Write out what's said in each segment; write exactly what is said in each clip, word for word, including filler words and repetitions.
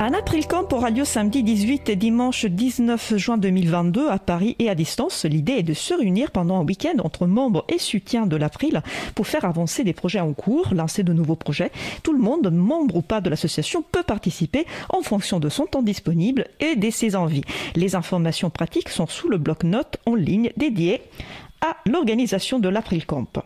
Un April Camp aura lieu samedi dix-huit et dimanche dix-neuf juin deux mille vingt-deux à Paris et à distance. L'idée est de se réunir pendant un week-end entre membres et soutiens de l'April pour faire avancer des projets en cours, lancer de nouveaux projets. Tout le monde, membre ou pas de l'association, peut participer en fonction de son temps disponible et de ses envies. Les informations pratiques sont sous le bloc-notes en ligne dédié à l'organisation de l'April Camp.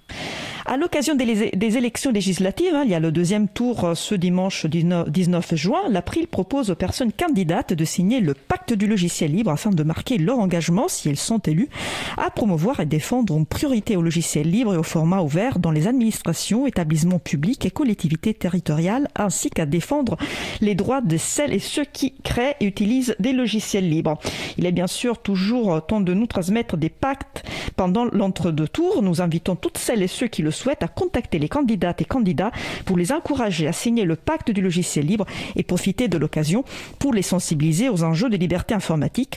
À l'occasion des, des élections législatives, hein, il y a le deuxième tour ce dimanche dix-neuf juin, l'April propose aux personnes candidates de signer le pacte du logiciel libre afin de marquer leur engagement, si elles sont élues, à promouvoir et défendre une priorité au logiciel libre et au format ouvert dans les administrations, établissements publics et collectivités territoriales, ainsi qu'à défendre les droits de celles et ceux qui créent et utilisent des logiciels libres. Il est bien sûr toujours temps de nous transmettre des pactes pendant l'entre-deux tours. Nous invitons toutes celles et ceux qui le souhaitent à contacter les candidates et candidats pour les encourager à signer le pacte du logiciel libre et profiter de l'occasion pour les sensibiliser aux enjeux de liberté informatique.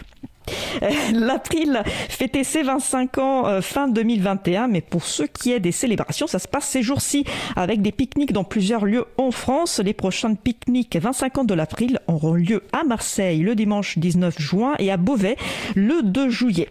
L'April fêtait ses vingt-cinq ans euh, fin deux mille vingt et un, mais pour ce qui est des célébrations, ça se passe ces jours-ci avec des pique-niques dans plusieurs lieux en France. Les prochaines pique-niques vingt-cinq ans de l'April auront lieu à Marseille le dimanche dix-neuf juin et à Beauvais le deux juillet.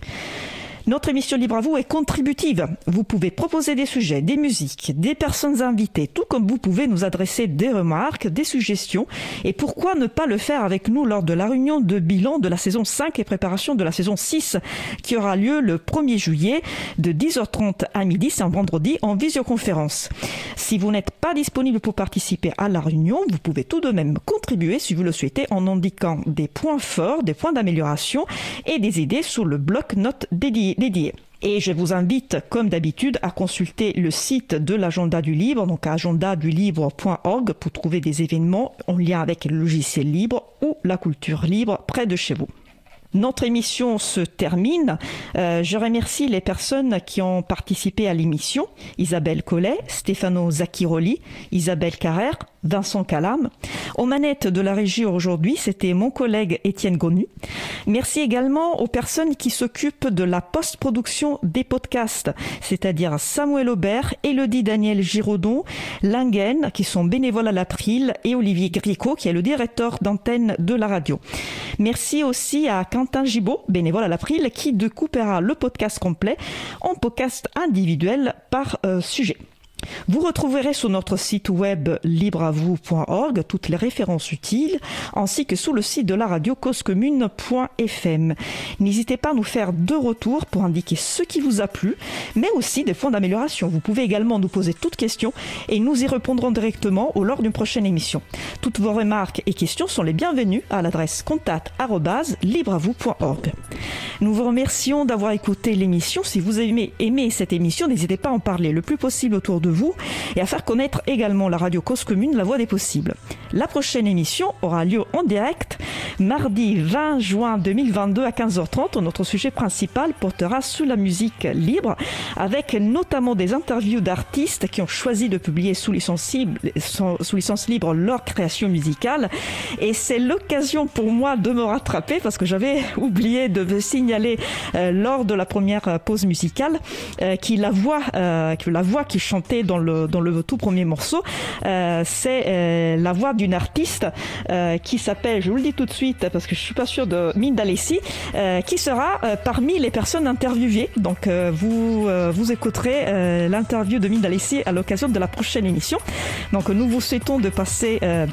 Notre émission Libre à vous est contributive. Vous pouvez proposer des sujets, des musiques, des personnes invitées, tout comme vous pouvez nous adresser des remarques, des suggestions. Et pourquoi ne pas le faire avec nous lors de la réunion de bilan de la saison cinq et préparation de la saison six qui aura lieu le premier juillet de dix heures trente à midi, c'est un vendredi, en visioconférence. Si vous n'êtes pas disponible pour participer à la réunion, vous pouvez tout de même contribuer si vous le souhaitez en indiquant des points forts, des points d'amélioration et des idées sur le bloc-notes dédié. dédié. Et je vous invite, comme d'habitude, à consulter le site de l'Agenda du Libre, donc agenda du libre point org, pour trouver des événements en lien avec le logiciel libre ou la culture libre près de chez vous. Notre émission se termine. Euh, je remercie les personnes qui ont participé à l'émission. Isabelle Collet, Stefano Zacchiroli, Isabelle Carrère, Vincent Calam. Aux manettes de la régie aujourd'hui, c'était mon collègue Étienne Gonu. Merci également aux personnes qui s'occupent de la post-production des podcasts, c'est-à-dire Samuel Aubert, Élodie Daniel Giraudon, Lingen, qui sont bénévoles à l'April, et Olivier Gricot, qui est le directeur d'antenne de la radio. Merci aussi à Quentin Gibaud, bénévole à l'April, qui découpera le podcast complet en podcast individuel par euh, sujet. Vous retrouverez sur notre site web libre à vous point org toutes les références utiles, ainsi que sur le site de la radio cause commune point f m. N'hésitez pas à nous faire deux retours pour indiquer ce qui vous a plu, mais aussi des points d'amélioration. Vous pouvez également nous poser toutes questions et nous y répondrons directement au lors d'une prochaine émission. Toutes vos remarques et questions sont les bienvenues à l'adresse contact arobase libre à vous point org. Nous vous remercions d'avoir écouté l'émission. Si vous aimez, aimez cette émission, n'hésitez pas à en parler le plus possible autour de vous et à faire connaître également la radio Cause Commune, la voix des possibles. La prochaine émission aura lieu en direct mardi vingt juin deux mille vingt-deux à quinze heures trente. Notre sujet principal portera sur la musique libre, avec notamment des interviews d'artistes qui ont choisi de publier sous licence libre, sous licence libre leur création musicale. Et c'est l'occasion pour moi de me rattraper parce que j'avais oublié de vous signaler euh, lors de la première pause musicale euh, qui la voix, euh, que la voix qui chantait dans le dans le tout premier morceau, euh, c'est euh, la voix d'une artiste euh, qui s'appelle, je vous le dis tout de suite parce que je suis pas sûre, de Minda Lessi, euh, qui sera euh, parmi les personnes interviewées. Donc euh, vous euh, vous écouterez euh, l'interview de Minda Lessi à l'occasion de la prochaine émission. Donc nous vous souhaitons de passer. Euh,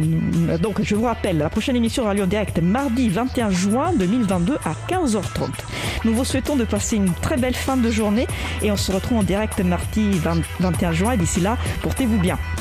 donc je vous rappelle, la prochaine émission aura lieu en direct mardi vingt et un juin deux mille vingt-deux à quinze heures trente. Nous vous souhaitons de passer une très belle fin de journée et on se retrouve en direct mardi vingt et un juin. Et d'ici là, portez-vous bien.